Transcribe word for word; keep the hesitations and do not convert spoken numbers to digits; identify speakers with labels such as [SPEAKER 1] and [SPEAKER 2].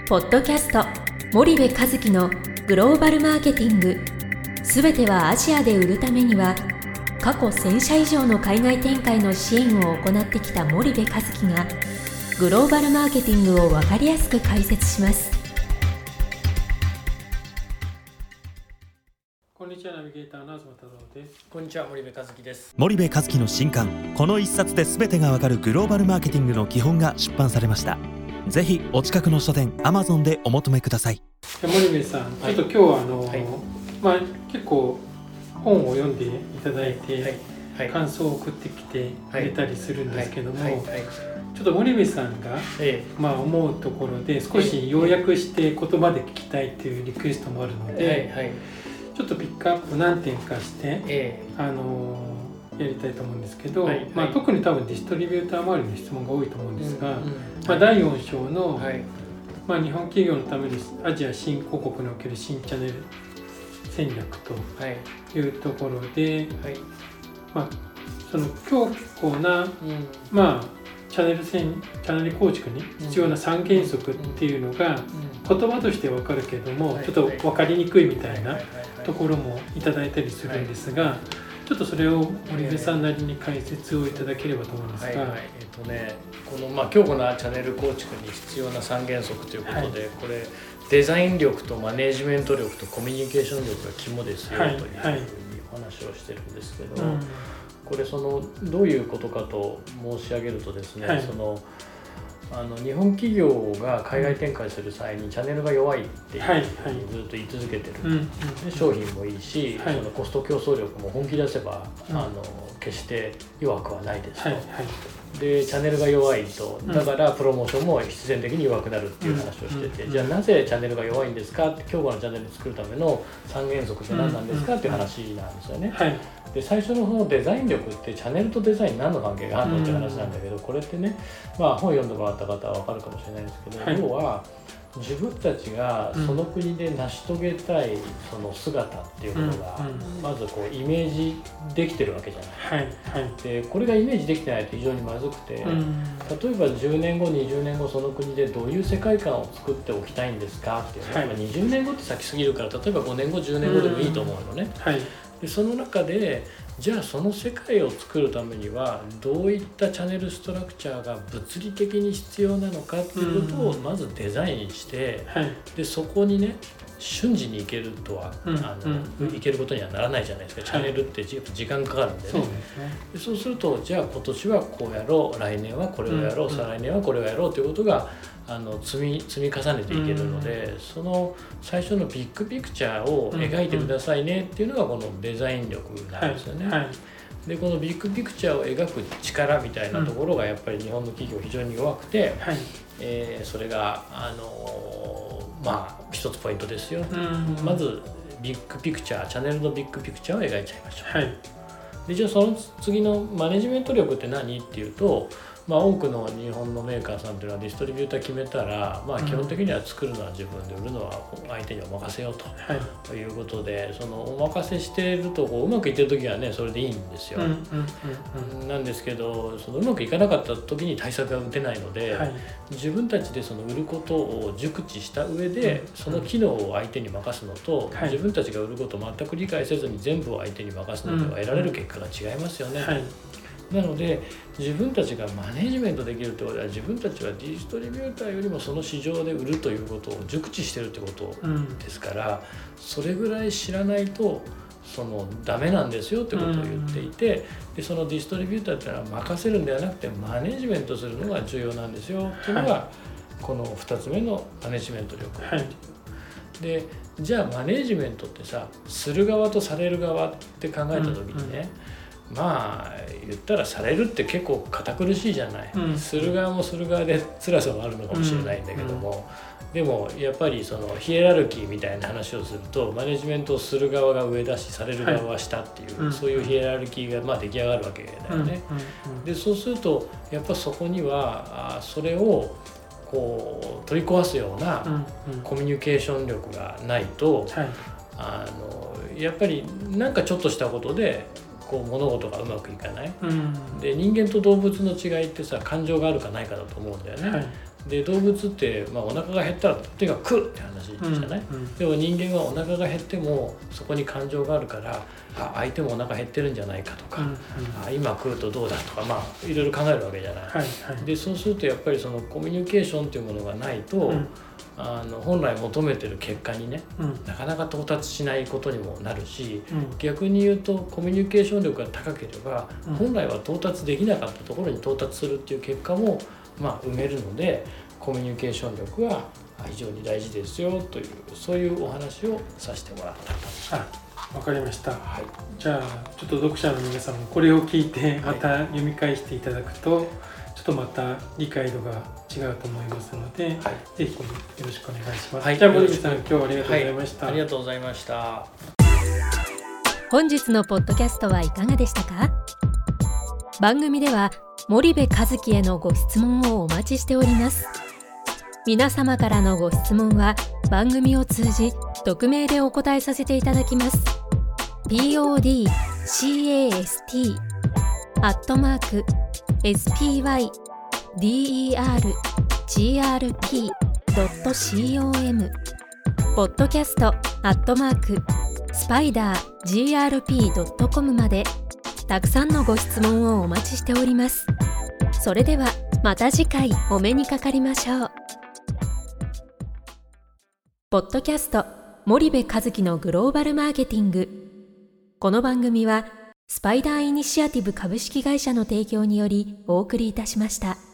[SPEAKER 1] ポッドキャスト森部一樹のグローバルマーケティング、すべてはアジアで売るためには、過去せん社以上の海外展開の支援を行ってきた森部一樹がグローバルマーケティングを分かりやすく解説します。
[SPEAKER 2] こんにちは、ナビゲーターの東太郎です。
[SPEAKER 3] こんにちは、森部一樹です。
[SPEAKER 4] 森部一樹の新刊、この一冊で全てがわかるグローバルマーケティングの基本が出版されました。ぜひお近くの書店 Amazon でお求めください。
[SPEAKER 2] 森部さん、ちょっと今日はあの、はい、まあ、結構本を読んでいただいて、はいはい、感想を送ってきてくれたりするんですけども、はいはいはいはい、ちょっと森部さんが、ええ、まあ、思うところで少し要約して言葉で聞きたいというリクエストもあるので、はいはい、ちょっとピックアップ何点かして、ええ、あのやりたいと思うんですけど、はいはい、まあ、特に多分ディストリビューター周りの質問が多いと思うんですが、うんうん、まあ、だいよん章の、はい、まあ、日本企業のためにアジア新興国における新チャンネル戦略というところで、はい、まあ、その強固な、うん、まあ、チャンネル戦チャンネル構築に必要な三原則っていうのが言葉としてわかるけども、ちょっと分かりにくいみたいなところもいただいたりするんですが、ちょっとそれを森部さんなりに解説をいただければと思うんですが、はいはい、
[SPEAKER 3] えーとね、この、まあ、強固なチャンネル構築に必要な三原則ということで、はい、これデザイン力とマネージメント力とコミュニケーション力が肝ですよ、はい、というふうにお話をしてるんですけど、はいはい、これそのどういうことかと申し上げるとですね、はい、そのあの日本企業が海外展開する際にチャンネルが弱いっていうふうにずっと言い続けてる、はいはい、商品もいいし、はい、そのコスト競争力も本気出せば、うん、あの決して弱くはないですと、はいはい、でチャンネルが弱いと、だからプロモーションも必然的に弱くなるっていう話をしてて、うん、じゃあなぜチャンネルが弱いんですかって、強固なチャンネルを作るための三原則って何なんですかっていう話なんですよね、はい。で最初のそのデザイン力ってチャンネルとデザイン何の関係があるのって話なんだけど、これってね、まあ、本読んでもらった方は分かるかもしれないんですけど、はい、要は自分たちがその国で成し遂げたいその姿っていうものがまずこうイメージできてるわけじゃない、はいはい、でこれがイメージできてないと非常にまずくて、例えばじゅうねんごにじゅうねんごその国でどういう世界観を作っておきたいんですかっていうね、はい、にじゅうねんごって先すぎるから、例えばごねんごじゅうねんごでもいいと思うのね、はい、でその中でじゃあその世界を作るためにはどういったチャンネルストラクチャーが物理的に必要なのかっていうことをまずデザインして、うん、はい、でそこにね瞬時に行けるとは、うん、あのうん、行けることにはならないじゃないですか。チャンネルって時間かかるんでね、そうですね。でそうするとじゃあ今年はこうやろう、来年はこれをやろう、うん、再来年はこれをやろうということがあの積み、積み重ねていけるので、うん、その最初のビッグピクチャーを描いてくださいねっていうのがこのデザイン力なんですよね、はいはい、でこのビッグピクチャーを描く力みたいなところがやっぱり日本の企業非常に弱くて、はい、えー、それがあのー、まあ一つポイントですよ、うん、まずビッグピクチャーチャンネルのビッグピクチャーを描いちゃいましょう、はい、でじゃあその次のマネジメント力って何っていうと、まあ、多くの日本のメーカーさんというのはディストリビューター決めたら、まあ、基本的には作るのは自分で売るのは相手にお任せようと、はい、ということで、そのお任せしているとこううまくいってる時はねそれでいいんですよ、うんうんうん、なんですけど、そのうまくいかなかった時に対策が打てないので、はい、自分たちでその売ることを熟知した上で、うん、その機能を相手に任すのと、はい、自分たちが売ることを全く理解せずに全部を相手に任すのでは得られる結果が違いますよね、はい。なので自分たちがマネジメントできるということは、自分たちはディストリビューターよりもその市場で売るということを熟知してるということですから、うん、それぐらい知らないとそのダメなんですよということを言っていて、うん、でそのディストリビューターというのは任せるんではなくてマネジメントするのが重要なんですよというのが、はい、このふたつめのマネジメント力、はい、でじゃあマネジメントってさ、する側とされる側って考えた時にね、うんうん、まあ言ったらされるって結構堅苦しいじゃない、うん、する側もする側で辛さはあるのかもしれないんだけども、うん、でもやっぱりそのヒエラルキーみたいな話をすると、マネジメントをする側が上だしされる側は下っていう、はい、そういうヒエラルキーがまあ出来上がるわけだよね、うんうんうん、でそうするとやっぱそこにはそれをこう取り壊すようなコミュニケーション力がないと、はい、あのやっぱりなんかちょっとしたことでこう物事がうまくいかない、うん、で人間と動物の違いってさ、感情があるかないかだと思うんだよね、はい、 で動物って、まあ、お腹が減ったらとにかく食うって話じゃない、うんうん、でも人間はお腹が減ってもそこに感情があるからあ相手もお腹減ってるんじゃないかとか、うんうん、あ今食うとどうだとか、まあ、いろいろ考えるわけじゃない、はいはい、でそうするとやっぱりそのコミュニケーションというものがないと、うん、あの本来求めてる結果にね、うん、なかなか到達しないことにもなるし、うん、逆に言うとコミュニケーション力が高ければ、うん、本来は到達できなかったところに到達するっていう結果もまあ、埋めるのでコミュニケーション力は非常に大事ですよというそういうお話をさせてもらった
[SPEAKER 2] あ、わかりました、はい、じゃあちょっと読者の皆さんもこれを聞いてまた読み返していただくと、はい、ちょっとまた理解度が違うと思いますので、はい、ぜひよろしくお願いします、はい、じゃあ森口さん今日はありがとうございました、
[SPEAKER 3] はい、ありがとうございました。
[SPEAKER 1] 本日のポッドキャストはいかがでしたか？番組では森部一樹へのご質問をお待ちしております。皆様からのご質問は番組を通じ匿名でお答えさせていただきます。podcast アットマーク spydergrp.com ポッドキャストアットマーク スパイダージーアールピードットコム までたくさんのご質問をお待ちしております。それではまた次回お目にかかりましょう。ポッドキャスト森部一樹のグローバルマーケティング。この番組はスパイダーイニシアティブ株式会社の提供によりお送りいたしました。